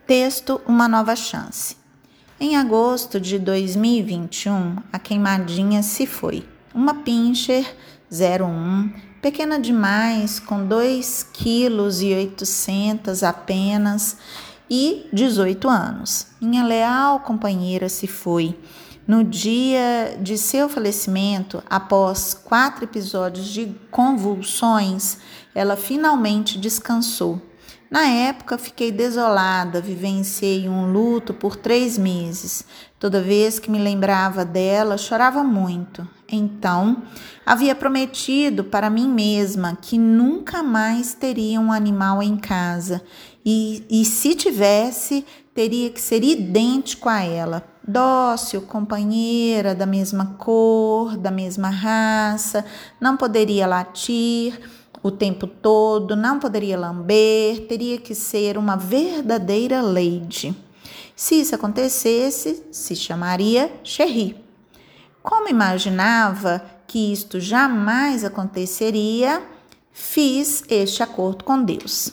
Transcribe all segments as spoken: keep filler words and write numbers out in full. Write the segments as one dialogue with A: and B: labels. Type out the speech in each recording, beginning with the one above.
A: Texto Uma Nova Chance. Em agosto de dois mil e vinte e um, a queimadinha se foi. Uma Pinscher zero um, pequena demais, com dois quilos e oitocentos apenas e dezoito anos. Minha leal companheira se foi. No dia de seu falecimento, após quatro episódios de convulsões, ela finalmente descansou. Na época, fiquei desolada, vivenciei um luto por três meses. Toda vez que me lembrava dela, chorava muito. Então, havia prometido para mim mesma que nunca mais teria um animal em casa. E, e se tivesse, teria que ser idêntico a ela. Dócil, companheira, da mesma cor, da mesma raça, não poderia latir o tempo todo, não poderia lamber, teria que ser uma verdadeira lady. Se isso acontecesse, se chamaria Cherry. Como imaginava que isto jamais aconteceria, fiz este acordo com Deus.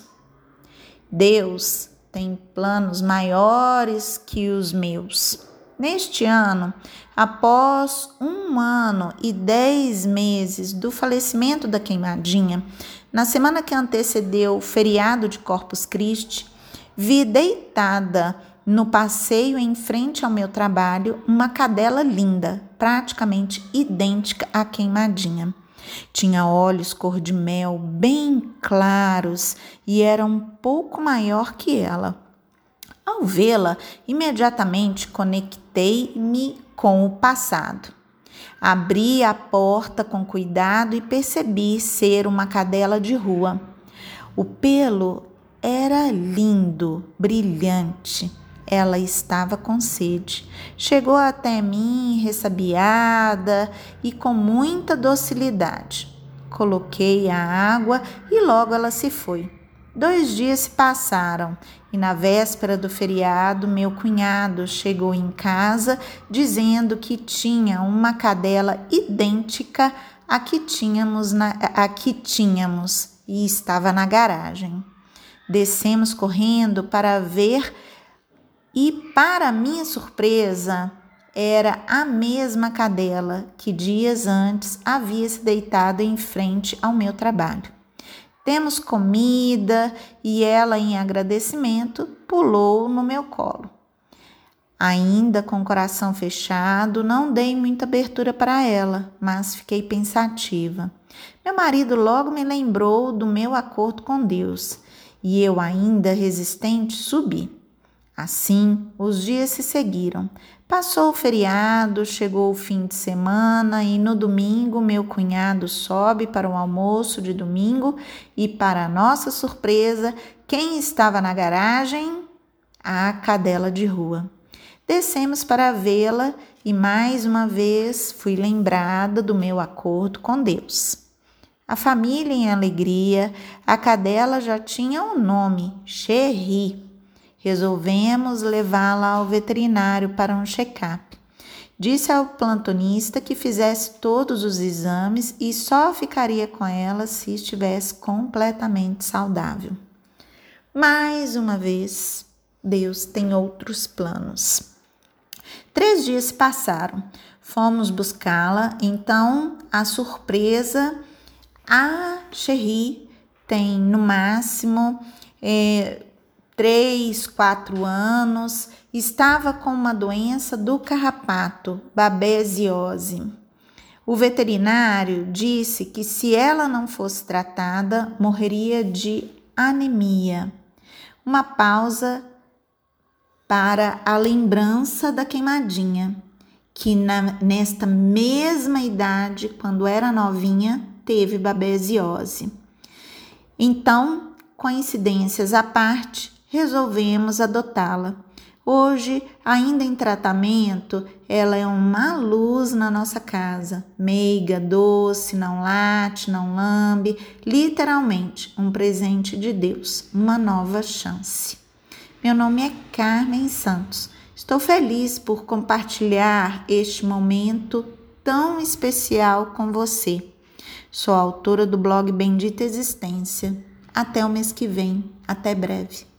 A: Deus tem planos maiores que os meus. Neste ano, após um ano e dez meses do falecimento da queimadinha, na semana que antecedeu o feriado de Corpus Christi, vi deitada no passeio em frente ao meu trabalho uma cadela linda, praticamente idêntica à queimadinha. Tinha olhos cor de mel bem claros e era um pouco maior que ela. Ao vê-la, imediatamente conectei-me com o passado. Abri a porta com cuidado e percebi ser uma cadela de rua. O pelo era lindo, brilhante. Ela estava com sede. Chegou até mim ressabiada e com muita docilidade. Coloquei a água e logo ela se foi. Dois dias se passaram e na véspera do feriado, meu cunhado chegou em casa dizendo que tinha uma cadela idêntica à que tínhamos, na, à que tínhamos e estava na garagem. Descemos correndo para ver e, para minha surpresa, era a mesma cadela que dias antes havia se deitado em frente ao meu trabalho. Temos comida e ela, em agradecimento, pulou no meu colo. Ainda com o coração fechado, não dei muita abertura para ela, mas fiquei pensativa. Meu marido logo me lembrou do meu acordo com Deus e eu, ainda resistente, subi. Assim, os dias se seguiram. Passou o feriado, chegou o fim de semana e no domingo meu cunhado sobe para o almoço de domingo e, para nossa surpresa, quem estava na garagem? A cadela de rua. Descemos para vê-la e mais uma vez fui lembrada do meu acordo com Deus. A família em alegria, a cadela já tinha um nome, Cherry. Resolvemos levá-la ao veterinário para um check-up. Disse ao plantonista que fizesse todos os exames e só ficaria com ela se estivesse completamente saudável. Mais uma vez, Deus tem outros planos. Três dias se passaram. Fomos buscá-la, então, a surpresa, a Cherry tem no máximo é, três, quatro anos, estava com uma doença do carrapato, babesiose. O veterinário disse que se ela não fosse tratada, morreria de anemia. Uma pausa para a lembrança da queimadinha, que na, nesta mesma idade, quando era novinha, teve babesiose. Então, coincidências à parte, resolvemos adotá-la. Hoje, ainda em tratamento, ela é uma luz na nossa casa. Meiga, doce, não late, não lambe. Literalmente, um presente de Deus, uma nova chance. Meu nome é Carmen Santos. Estou feliz por compartilhar este momento tão especial com você. Sou autora do blog Bendita Existência. Até o mês que vem. Até breve.